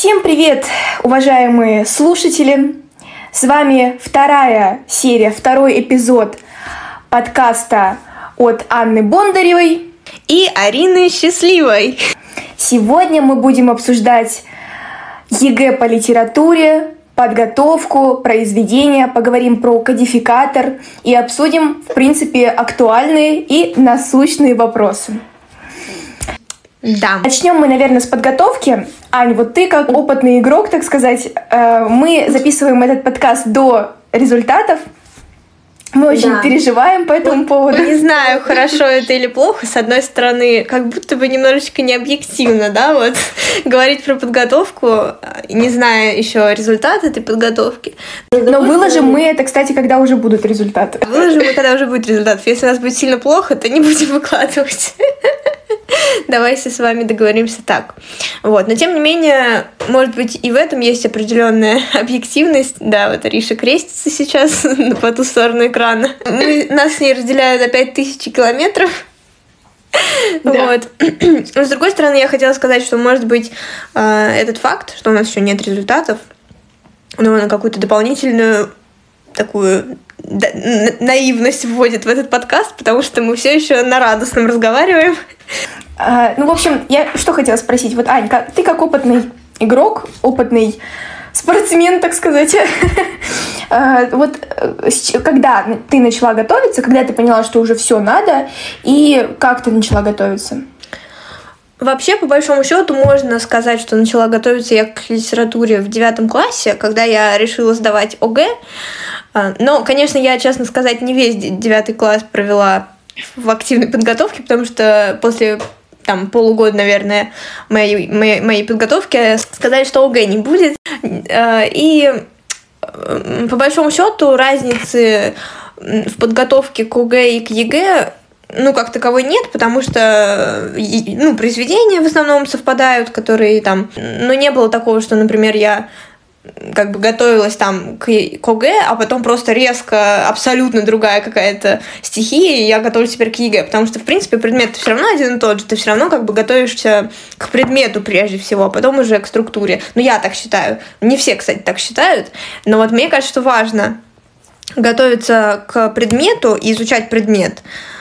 Всем привет, уважаемые слушатели! С вами вторая серия, второй эпизод подкаста от Анны Бондаревой и Арины Счастливой. Сегодня мы будем обсуждать ЕГЭ по литературе, подготовку, произведения, поговорим про кодификатор и обсудим, в принципе, актуальные и насущные вопросы. Да. Начнем мы, наверное, с подготовки. Ань, вот ты как опытный игрок, так сказать, мы записываем этот подкаст до результатов. Мы очень переживаем по этому поводу. Не знаю, хорошо это или плохо. С одной стороны, как будто бы немножечко необъективно, да, вот говорить про подготовку, не зная еще результат этой подготовки. Но выложим мы это, кстати, когда уже будут результаты. Выложим мы, когда уже будет результат. Если у нас будет сильно плохо, то не будем выкладывать. Давайте с вами договоримся так. Вот. Но тем не менее, может быть, и в этом есть определенная объективность. Да, вот Ариша крестится сейчас по ту сторону экрана. Нас с ней разделяют опять 1000 километров. Да. Вот. Но с другой стороны, я хотела сказать, что, может быть, этот факт, что у нас еще нет результатов, но на какую-то дополнительную такую наивность вводит в этот подкаст, потому что мы все еще на радостном разговариваем. В общем, я что хотела спросить. Вот, Ань, ты как опытный игрок, опытный спортсмен, так сказать, вот когда ты начала готовиться, когда ты поняла, что уже все надо, и как ты начала готовиться? Вообще, по большому счету, можно сказать, что начала готовиться я к литературе в 9 классе, когда я решила сдавать ОГЭ. Но, конечно, я, честно сказать, не весь 9 класс провела в активной подготовке, потому что после полугода, наверное, моей подготовки сказали, что ОГЭ не будет. И по большому счету разницы в подготовке к ОГЭ и к ЕГЭ как таковой нет, потому что произведения в основном совпадают, которые не было такого, что, например, я готовилась к ОГЭ, а потом просто резко абсолютно другая какая-то стихия, и я готовлюсь теперь к ЕГЭ, потому что, в принципе, предмет все равно один и тот же, ты все равно готовишься к предмету прежде всего, а потом уже к структуре. Я так считаю. Не все, кстати, так считают, но вот мне кажется, что важно готовиться к предмету и изучать предмет,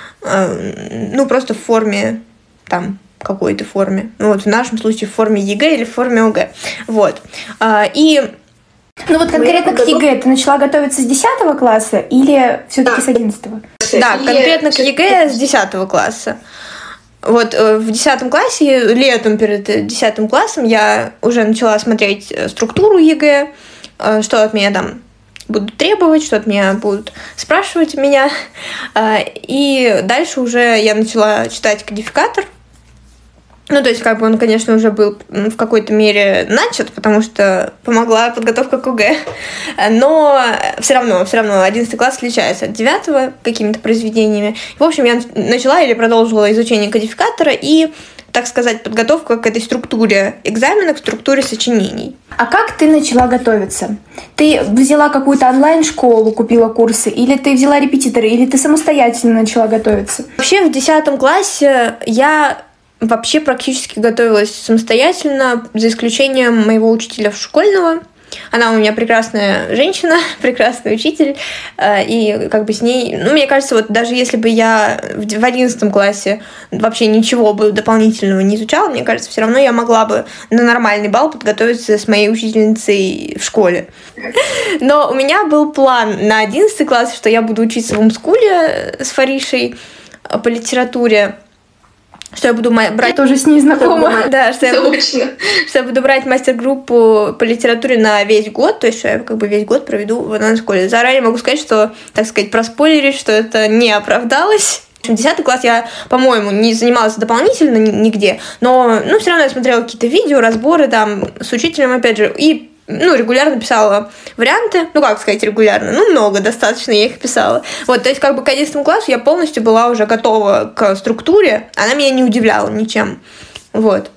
просто в форме, какой-то форме. В нашем случае в форме ЕГЭ или в форме ОГЭ. Вот. И... конкретно к ЕГЭ ты начала готовиться с 10 класса или все-таки с 11? Да, конкретно к ЕГЭ с 10 класса. Вот в 10 классе, летом перед 10 классом я уже начала смотреть структуру ЕГЭ, что от меня будут требовать, что от меня будут спрашивать меня. И дальше уже я начала читать кодификатор. Он, конечно, уже был в какой-то мере начат, потому что помогла подготовка к ОГЭ. Но все равно 11 класс отличается от 9 какими-то произведениями. В общем, я начала или продолжила изучение кодификатора и, так сказать, подготовку к этой структуре экзамена, к структуре сочинений. А как ты начала готовиться? Ты взяла какую-то онлайн-школу, купила курсы, или ты взяла репетиторы, или ты самостоятельно начала готовиться? Вообще, в 10 классе я вообще практически готовилась самостоятельно, за исключением моего учителя школьного. Она у меня прекрасная женщина, прекрасный учитель, и с ней... мне кажется, даже если бы я в 11 классе вообще ничего бы дополнительного не изучала, мне кажется, все равно я могла бы на нормальный балл подготовиться с моей учительницей в школе. Но у меня был план на 11 класс, что я буду учиться в Умскуле с Фаришей по литературе, что я буду брать... Я тоже с ней знакома. Да, что я буду брать мастер-группу по литературе на весь год, то есть что я весь год проведу в онлайн-школе. Заранее могу сказать, что, так сказать, проспойлерить, что это не оправдалось. В 10 класс я, по-моему, не занималась дополнительно нигде, но все равно я смотрела какие-то видео, разборы с учителем, опять же, и регулярно писала варианты, регулярно, много достаточно, я их писала. Вот, то есть, к 11 классу я полностью была уже готова к структуре, она меня не удивляла ничем, вот.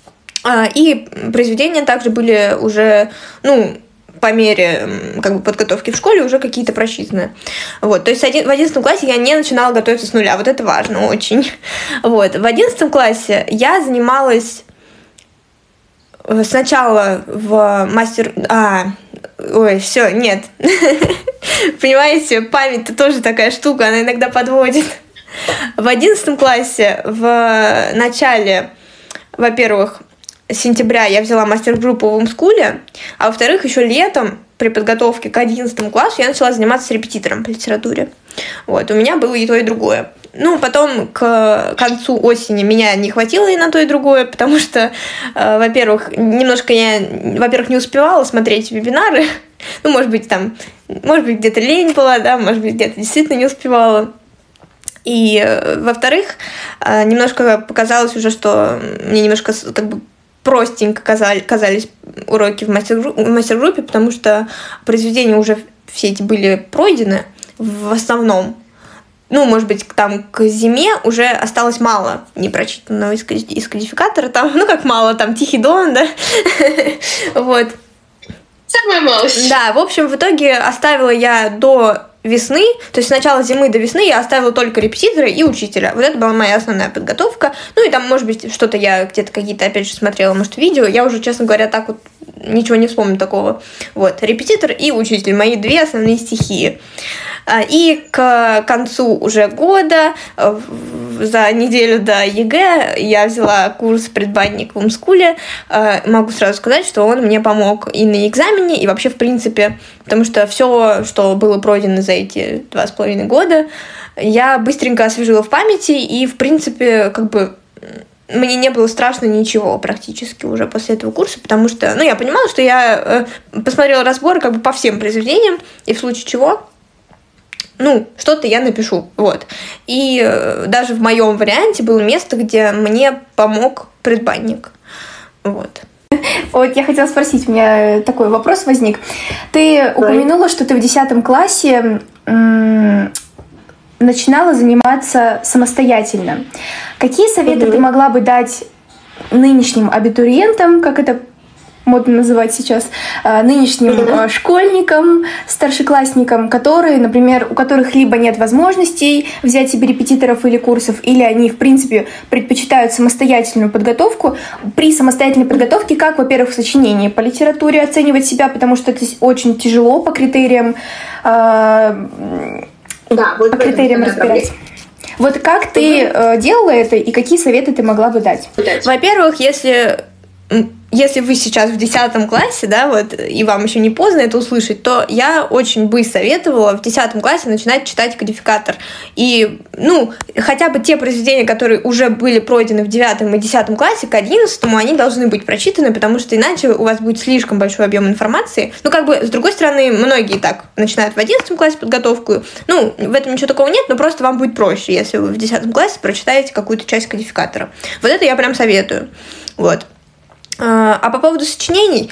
И произведения также были уже, по мере подготовки в школе уже какие-то прочитаны. Вот, то есть в 11 классе я не начинала готовиться с нуля, вот это важно очень. Вот, в 11 классе я занималась сначала в мастер... Ой, все, нет. Понимаете, память-то тоже такая штука, она иногда подводит. В 11 классе в начале, во-первых, сентября я взяла мастер-группу в Омскуле, а во-вторых, еще летом при подготовке к 11 классу я начала заниматься с репетитором по литературе. Вот, у меня было и то, и другое. Ну, потом к концу осени меня не хватило и на то, и другое, потому что, во-первых, немножко я, не успевала смотреть вебинары. Ну, может быть, где-то лень была, да, может быть, где-то действительно не успевала. И, во-вторых, немножко показалось уже, что мне немножко как бы простенько казались уроки в мастер-группе, потому что произведения уже все эти были пройдены в основном. Ну, может быть, там к зиме уже осталось мало непрочитанного из кодификатора. Там, ну, как мало, там «Тихий Дон», да? Вот. Самая малость. Да, в общем, в итоге оставила я до весны, то есть с начала зимы до весны я оставила только репетитора и учителя. Вот это была моя основная подготовка. Ну и там, может быть, что-то я где-то какие-то, опять же, смотрела, может, видео. Я уже, честно говоря, так вот ничего не вспомню такого. Вот, репетитор и учитель, мои две основные стихии. И к концу уже года, за неделю до ЕГЭ, я взяла курс «Предбанник» в Омскуле. Могу сразу сказать, что он мне помог и на экзамене, и вообще в принципе, потому что все, что было пройдено за эти 2,5 года, я быстренько освежила в памяти, и в принципе, как бы, мне не было страшно ничего практически уже после этого курса, потому что, ну, я понимала, что я посмотрела разборы как бы по всем произведениям, и в случае чего, ну, что-то я напишу, вот. И даже в моем варианте было место, где мне помог предбанник, вот. Вот, я хотела спросить, у меня такой вопрос возник. Ты упомянула, что ты в 10 классе начинала заниматься самостоятельно. Какие советы ты могла бы дать нынешним абитуриентам, как это модно называть сейчас, нынешним школьникам, старшеклассникам, которые, например, у которых либо нет возможностей взять себе репетиторов или курсов, или они, в принципе, предпочитают самостоятельную подготовку. При самостоятельной подготовке, как, во-первых, в сочинении по литературе оценивать себя, потому что это очень тяжело по критериям, по критериям разбирать. Вот как ты делала это, и какие советы ты могла бы дать? Во-первых, если вы сейчас в 10 классе, да, вот, и вам еще не поздно это услышать, то я очень бы советовала в 10 классе начинать читать кодификатор. И, ну, хотя бы те произведения, которые уже были пройдены в 9 и 10 классе, к 11 они должны быть прочитаны, потому что иначе у вас будет слишком большой объем информации. Ну, как бы, с другой стороны, многие так начинают в 11 классе подготовку. Ну, в этом ничего такого нет, но просто вам будет проще, если вы в 10 классе прочитаете какую-то часть кодификатора. Вот это я прям советую. Вот. А по поводу сочинений,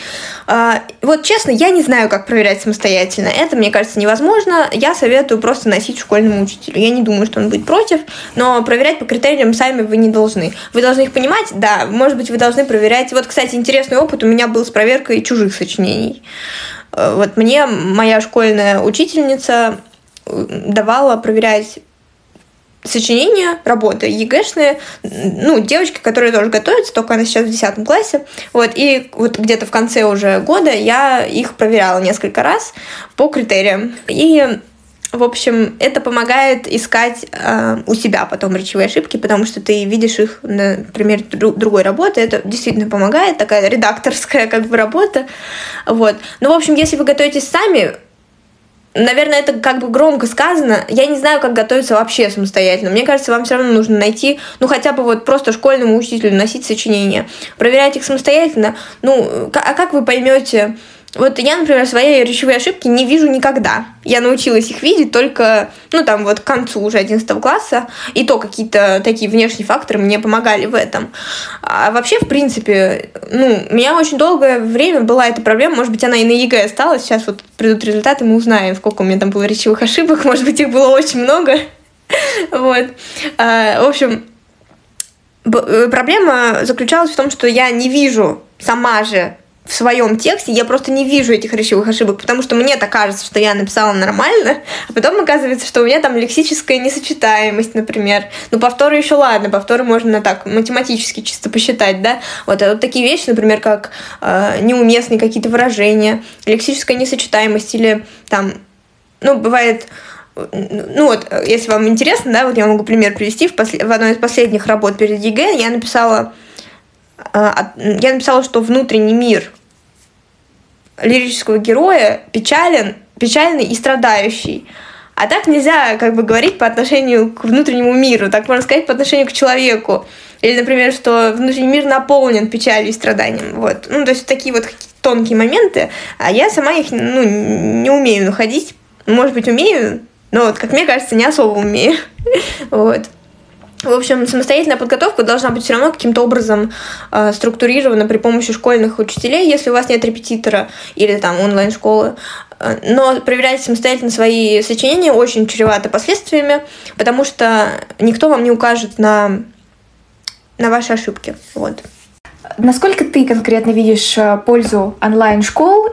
вот честно, я не знаю, как проверять самостоятельно. Это, мне кажется, невозможно. Я советую просто носить школьному учителю. Я не думаю, что он будет против, но проверять по критериям сами вы не должны. Вы должны их понимать, да, может быть, вы должны проверять. Вот, кстати, интересный опыт у меня был с проверкой чужих сочинений. Вот мне моя школьная учительница давала проверять сочинения, работы ЕГЭшные, ну, девочки, которые тоже готовятся, только она сейчас в 10 классе, вот, и вот где-то в конце уже года я их проверяла несколько раз по критериям, и, в общем, это помогает искать у себя потом речевые ошибки, потому что ты видишь их на примере другой работы, это действительно помогает, такая редакторская как бы работа, вот, ну, в общем, если вы готовитесь сами, наверное, это как бы громко сказано. Я не знаю, как готовиться вообще самостоятельно. Мне кажется, вам все равно нужно найти, ну, хотя бы вот просто школьному учителю носить сочинения. Проверять их самостоятельно. Ну, а как вы поймете? Вот я, например, свои речевые ошибки не вижу никогда. Я научилась их видеть только, ну, там вот к концу уже 11 класса, и то какие-то такие внешние факторы мне помогали в этом. А вообще, в принципе, ну, у меня очень долгое время была эта проблема, может быть, она и на ЕГЭ осталась, сейчас вот придут результаты, мы узнаем, сколько у меня там было речевых ошибок, может быть, их было очень много. Вот. В общем, проблема заключалась в том, что я не вижу сама же в своем тексте, я просто не вижу этих речевых ошибок, потому что мне-то кажется, что я написала нормально, а потом оказывается, что у меня там лексическая несочетаемость, например. Ну, повторы еще ладно, повторы можно так математически чисто посчитать, да. Вот, а вот такие вещи, например, как неуместные какие-то выражения, лексическая несочетаемость или там, ну, бывает... Ну вот, если вам интересно, да, вот я могу пример привести. В одной из последних работ перед ЕГЭ я написала, что внутренний мир лирического героя печальный и страдающий. А так нельзя как бы говорить по отношению к внутреннему миру, так можно сказать по отношению к человеку. Или, например, что внутренний мир наполнен печалью и страданием. Вот. Ну, то есть такие вот тонкие моменты, а я сама их, ну, не умею находить. Может быть, умею, но вот, как мне кажется, не особо умею. Вот. В общем, самостоятельная подготовка должна быть все равно каким-то образом структурирована при помощи школьных учителей, если у вас нет репетитора или там онлайн-школы. Но проверять самостоятельно свои сочинения очень чревато последствиями, потому что никто вам не укажет на ваши ошибки. Вот. Насколько ты конкретно видишь пользу онлайн-школ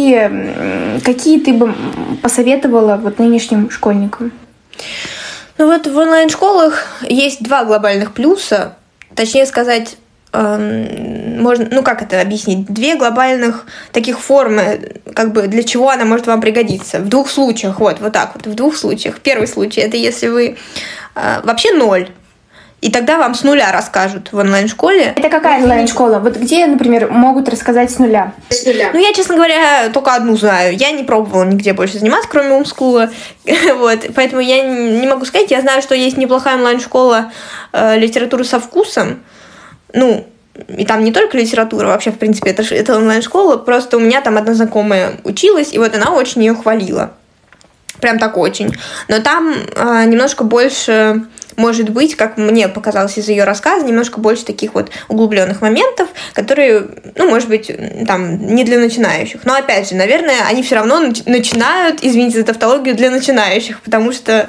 и какие ты бы посоветовала вот нынешним школьникам? Ну вот в онлайн-школах есть два глобальных плюса, точнее сказать, можно, ну как это объяснить, две глобальных таких формы, как бы для чего она может вам пригодиться. В двух случаях, вот так вот, в двух случаях. Первый случай — это если вы вообще ноль, и тогда вам с нуля расскажут в онлайн-школе. Это какая онлайн-школа? Вот где, например, могут рассказать с нуля? Ну, я, честно говоря, только одну знаю. Я не пробовала нигде больше заниматься, кроме Умскула. Вот. Поэтому я не могу сказать. Я знаю, что есть неплохая онлайн-школа литературы со вкусом. Ну, и там не только литература, вообще, в принципе, это онлайн-школа. Просто у меня там одна знакомая училась, и вот она очень ее хвалила. Прям так очень. Но там немножко больше... Может быть, как мне показалось из ее рассказа, немножко больше таких вот углубленных моментов, которые, ну, может быть, там, не для начинающих. Но, опять же, наверное, они все равно начинают, извините за тавтологию, для начинающих, потому что,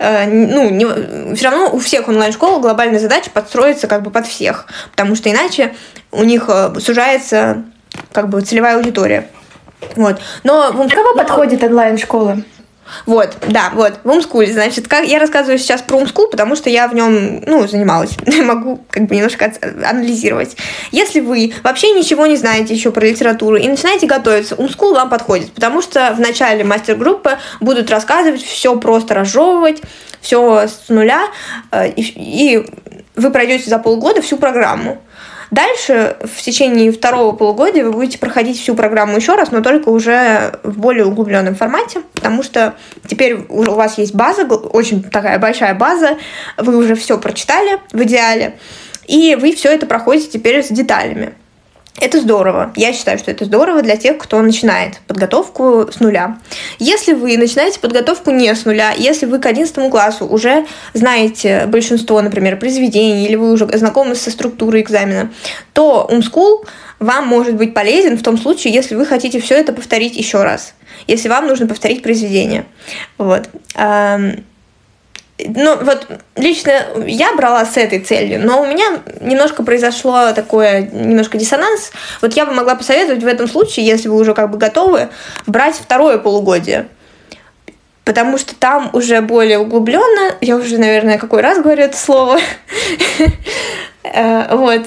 все равно у всех онлайн-школ глобальная задача подстроиться как бы под всех, потому что иначе у них сужается как бы целевая аудитория. Вот. Но кого подходит онлайн-школа? Вот, да, вот, в Умскуле, значит, как я рассказываю сейчас про Умскул, потому что я в нем, занималась, могу как бы немножко анализировать. Если вы вообще ничего не знаете еще про литературу и начинаете готовиться, Умскул вам подходит, потому что в начале мастер-группы будут рассказывать, все просто разжевывать, все с нуля, и вы пройдете за полгода всю программу. Дальше, в течение второго полугодия, вы будете проходить всю программу еще раз, но только уже в более углубленном формате, потому что теперь у вас есть база, очень такая большая база, вы уже все прочитали в идеале, и вы все это проходите теперь с деталями. Это здорово. Я считаю, что это здорово для тех, кто начинает подготовку с нуля. Если вы начинаете подготовку не с нуля, если вы к 11 классу уже знаете большинство, например, произведений, или вы уже знакомы со структурой экзамена, то Умскул вам может быть полезен в том случае, если вы хотите все это повторить еще раз, если вам нужно повторить произведение. Вот. Ну, вот лично я брала с этой целью, но у меня немножко произошло такое, немножко диссонанс. Вот я бы могла посоветовать в этом случае, если вы уже как бы готовы, брать второе полугодие. Потому что там уже более углубленно, я уже, наверное, какой раз говорю это слово, вот,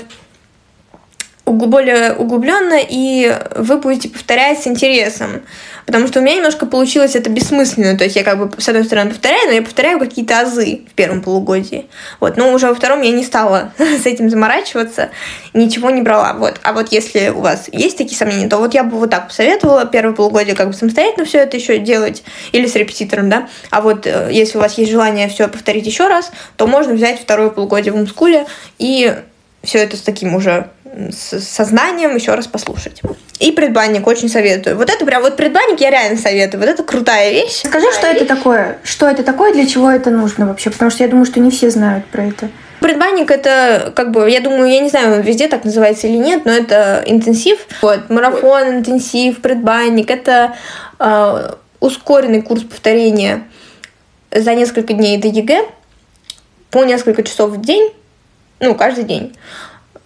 более углубленно, и вы будете повторять с интересом. Потому что у меня немножко получилось это бессмысленно. То есть я как бы, с одной стороны, повторяю, но я повторяю какие-то азы в первом полугодии. Вот. Но уже во втором я не стала с этим заморачиваться, ничего не брала. Вот. А вот если у вас есть такие сомнения, то вот я бы вот так посоветовала первое полугодие как бы самостоятельно все это еще делать, или с репетитором, да. А вот если у вас есть желание все повторить еще раз, то можно взять второе полугодие в Умскуле и все это с таким уже сознанием еще раз послушать. И предбанник очень советую. Вот это прям, вот предбанник я реально советую. Вот это крутая вещь. Скажи, что это такое? Что это такое, для чего это нужно вообще? Потому что я думаю, что не все знают про это. Предбанник — это, как бы, я думаю, я не знаю, везде так называется или нет, но это интенсив. Вот, марафон, интенсив, предбанник — это ускоренный курс повторения за несколько дней до ЕГЭ по несколько часов в день, каждый день.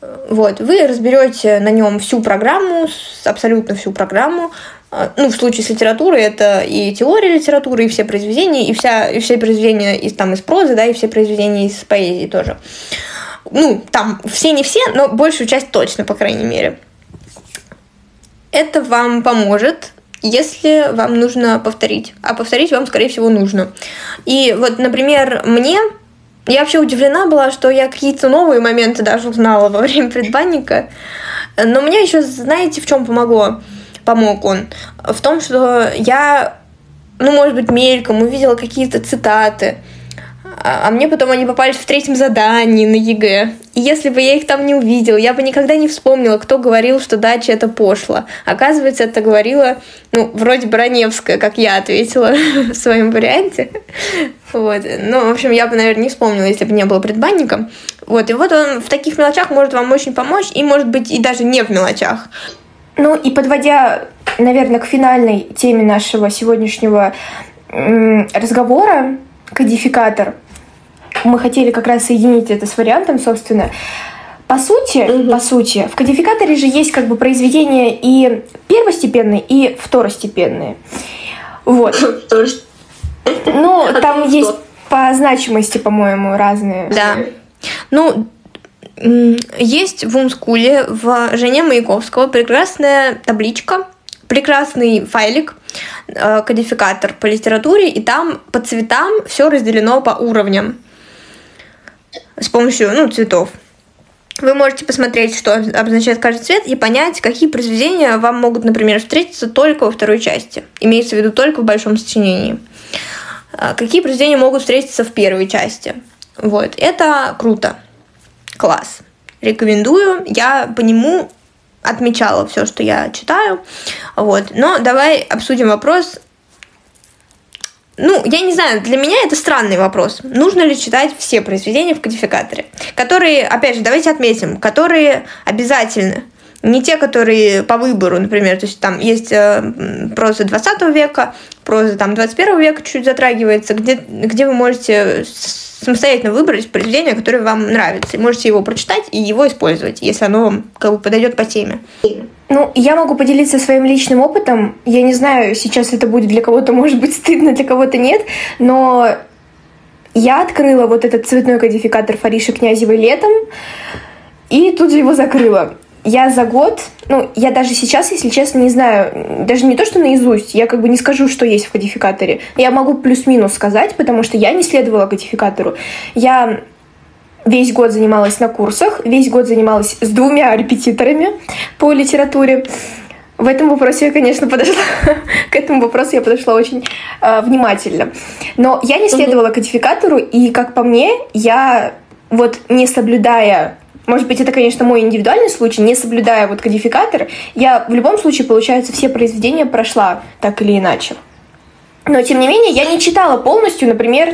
Вот, вы разберете на нем всю программу, абсолютно всю программу. Ну, в случае с литературой это и теория литературы, и все произведения, и все произведения из прозы, да, и все произведения из поэзии тоже. Ну, там все не все, но большую часть точно, по крайней мере. Это вам поможет, если вам нужно повторить. А повторить вам, скорее всего, нужно. И вот, например, я вообще удивлена была, что я какие-то новые моменты даже узнала во время предбанника. Но мне еще, знаете, в чем помог он? В том, что я, может быть, мельком увидела какие-то цитаты, а мне потом они попались в 3-м задании на ЕГЭ. И если бы я их там не увидела, я бы никогда не вспомнила, кто говорил, что дача — это пошло. Оказывается, это говорила, вроде бы Раневская, как я ответила в своем варианте. Вот. В общем, я бы, наверное, не вспомнила, если бы не было предбанника. Вот. И вот он в таких мелочах может вам очень помочь, и, может быть, и даже не в мелочах. И подводя, наверное, к финальной теме нашего сегодняшнего разговора, кодификатор, мы хотели как раз соединить это с вариантом, собственно. По сути, в кодификаторе же есть как бы произведения и первостепенные, и второстепенные. Вот. Там есть по значимости, по-моему, разные. Да. Есть в Умскуле, в Жене Маяковского прекрасная табличка, прекрасный файлик, кодификатор по литературе, и там по цветам все разделено по уровням с помощью цветов. Вы можете посмотреть, что обозначает каждый цвет, и понять, какие произведения вам могут, например, встретиться только во второй части. Имеется в виду только в большом сочинении. Какие произведения могут встретиться в первой части. Вот. Это круто. Класс. Рекомендую. Я по нему отмечала все, что я читаю. Вот. Но давай обсудим вопрос. Я не знаю, для меня это странный вопрос. Нужно ли читать все произведения в кодификаторе? Которые, опять же, давайте отметим, которые обязательны. Не те, которые по выбору, например. То есть там есть проза 20 века, проза 21 века чуть затрагивается, где вы можете самостоятельно выбрать произведение, которое вам нравится. И можете его прочитать и его использовать, если оно вам подойдет по теме. Я могу поделиться своим личным опытом. Я не знаю, сейчас это будет для кого-то, может быть, стыдно, для кого-то нет, но я открыла вот этот цветной кодификатор Фариши Князевой летом, и тут же его закрыла. Я за год, я даже сейчас, если честно, не знаю, даже не то, что наизусть, я не скажу, что есть в кодификаторе. Я могу плюс-минус сказать, потому что я не следовала кодификатору. Я весь год занималась на курсах, весь год занималась с 2 репетиторами по литературе. В этом вопросе я, конечно, к этому вопросу я подошла очень внимательно. Но я не следовала кодификатору, и, как по мне, я не соблюдая... Может быть, это, конечно, мой индивидуальный случай, не соблюдая кодификатор, я в любом случае, получается, все произведения прошла так или иначе. Но, тем не менее, я не читала полностью, например,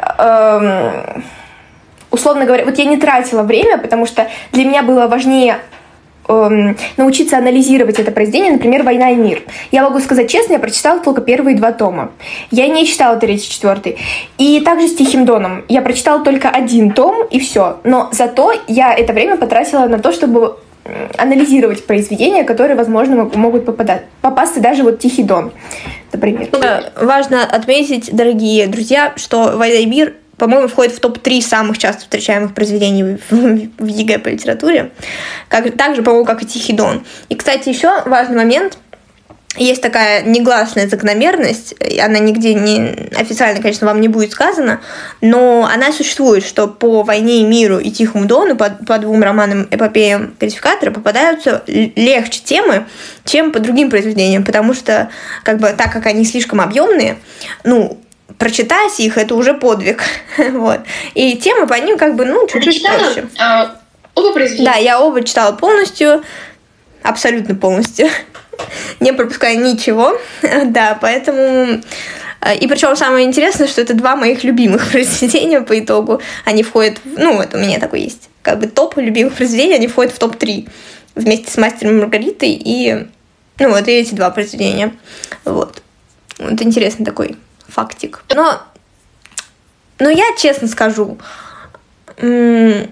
условно говоря, я не тратила время, потому что для меня было важнее научиться анализировать это произведение, например, «Война и мир». Я могу сказать честно, я прочитала только первые 2 тома. Я не читала 3-й, 4-й. И также с «Тихим доном». Я прочитала только 1 том, и все. Но зато я это время потратила на то, чтобы анализировать произведения, которые, возможно, могут попасться даже «Тихий дон», например. Важно отметить, дорогие друзья, что «Война и мир», по-моему, входит в топ-3 самых часто встречаемых произведений в ЕГЭ по литературе. Так же, по-моему, как и «Тихий дон». И, кстати, еще важный момент. Есть такая негласная закономерность, она нигде не официально, конечно, вам не будет сказана, но она существует, что по «Войне и миру» и «Тихому дону», по 2 романам-эпопеям кодификатора попадаются легче темы, чем по другим произведениям, потому что, так как они слишком объемные, прочитать их — это уже подвиг. Вот. И темы по ним чуть-чуть проще. Оба произведения? Да, я оба читала полностью, абсолютно полностью, не пропуская ничего. Да, поэтому... И причем самое интересное, что это 2 моих любимых произведения по итогу. Они входят... это у меня такой есть. Топ любимых произведений, они входят в топ-3 вместе с «Мастером и Маргаритой» и... и эти 2 произведения. Вот. Интересный такой фактик. Но я честно скажу,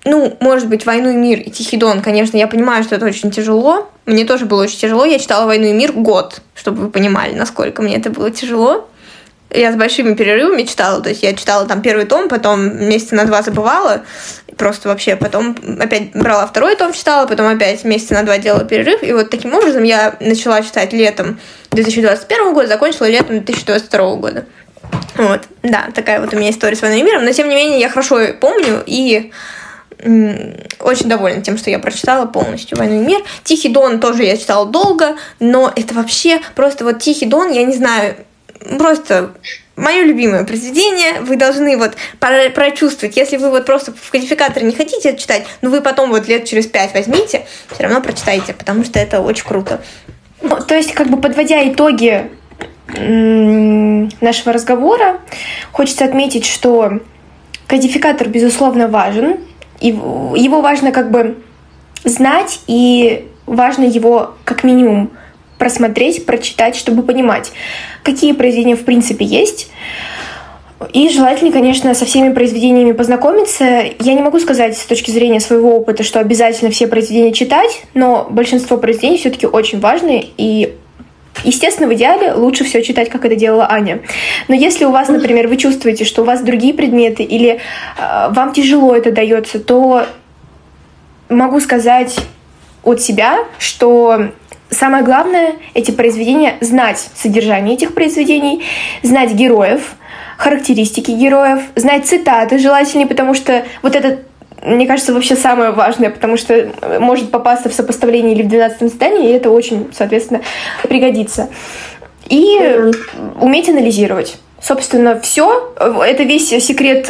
может быть, «Войну и мир» и «Тихий Дон», конечно, я понимаю, что это очень тяжело. Мне тоже было очень тяжело. Я читала «Войну и мир» год, чтобы вы понимали, насколько мне это было тяжело. Я с большими перерывами читала, то есть я читала там первый том, потом месяца на 2 забывала, просто вообще, потом опять брала второй том, читала, потом опять месяца на 2 делала перерыв, и вот таким образом я начала читать летом 2021 года, закончила летом 2022 года. Вот, да, такая вот у меня история с «Войной и миром», но тем не менее я хорошо помню и очень довольна тем, что я прочитала полностью «Войну и мир». «Тихий Дон» тоже я читала долго, но это вообще просто вот «Тихий Дон», я не знаю, просто мое любимое произведение, вы должны вот прочувствовать. Если вы вот просто в кодификаторе не хотите это читать, но вы потом вот лет через 5 возьмите, все равно прочитайте, потому что это очень круто. То есть, как бы подводя итоги нашего разговора, хочется отметить, что кодификатор, безусловно, важен. И его важно как бы знать, и важно его как минимум просмотреть, прочитать, чтобы понимать, какие произведения в принципе есть. И желательно, конечно, со всеми произведениями познакомиться. Я не могу сказать с точки зрения своего опыта, что обязательно все произведения читать, но большинство произведений все-таки очень важны, и естественно, в идеале лучше все читать, как это делала Аня. Но если у вас, например, вы чувствуете, что у вас другие предметы или вам тяжело это дается, то могу сказать от себя, что самое главное эти произведения знать содержание этих произведений, знать героев, характеристики героев, знать цитаты желательнее, потому что вот это, мне кажется, вообще самое важное, потому что может попасться в сопоставлении или в 12-м задании, и это очень, соответственно, пригодится. И уметь анализировать. Собственно, все. Это весь секрет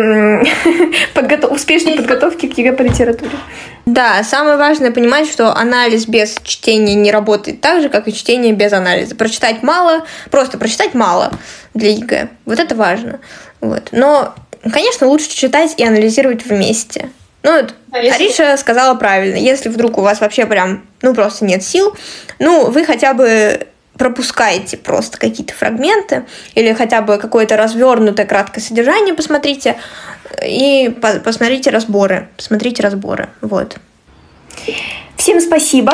успешной подготовки к ЕГЭ по литературе. Да, самое важное понимать, что анализ без чтения не работает так же, как и чтение без анализа. Прочитать мало, просто прочитать мало для ЕГЭ. Вот это важно. Вот. Но, конечно, лучше читать и анализировать вместе. Ариша сказала правильно. Если вдруг у вас вообще прям, просто нет сил, вы хотя бы пропускаете просто какие-то фрагменты или хотя бы какое-то развернутое краткое содержание посмотрите и посмотрите разборы. Посмотрите разборы. Вот. Всем спасибо.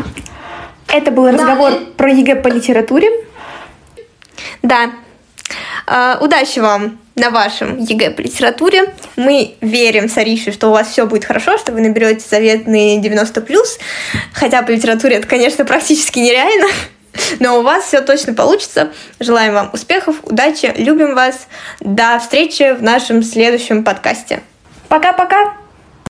Это был разговор про ЕГЭ по литературе. Да. Удачи вам на вашем ЕГЭ по литературе. Мы верим с Аришей, что у вас все будет хорошо, что вы наберете заветные 90+. Хотя по литературе это, конечно, практически нереально. Но у вас все точно получится. Желаем вам успехов, удачи, любим вас. До встречи в нашем следующем подкасте. Пока-пока!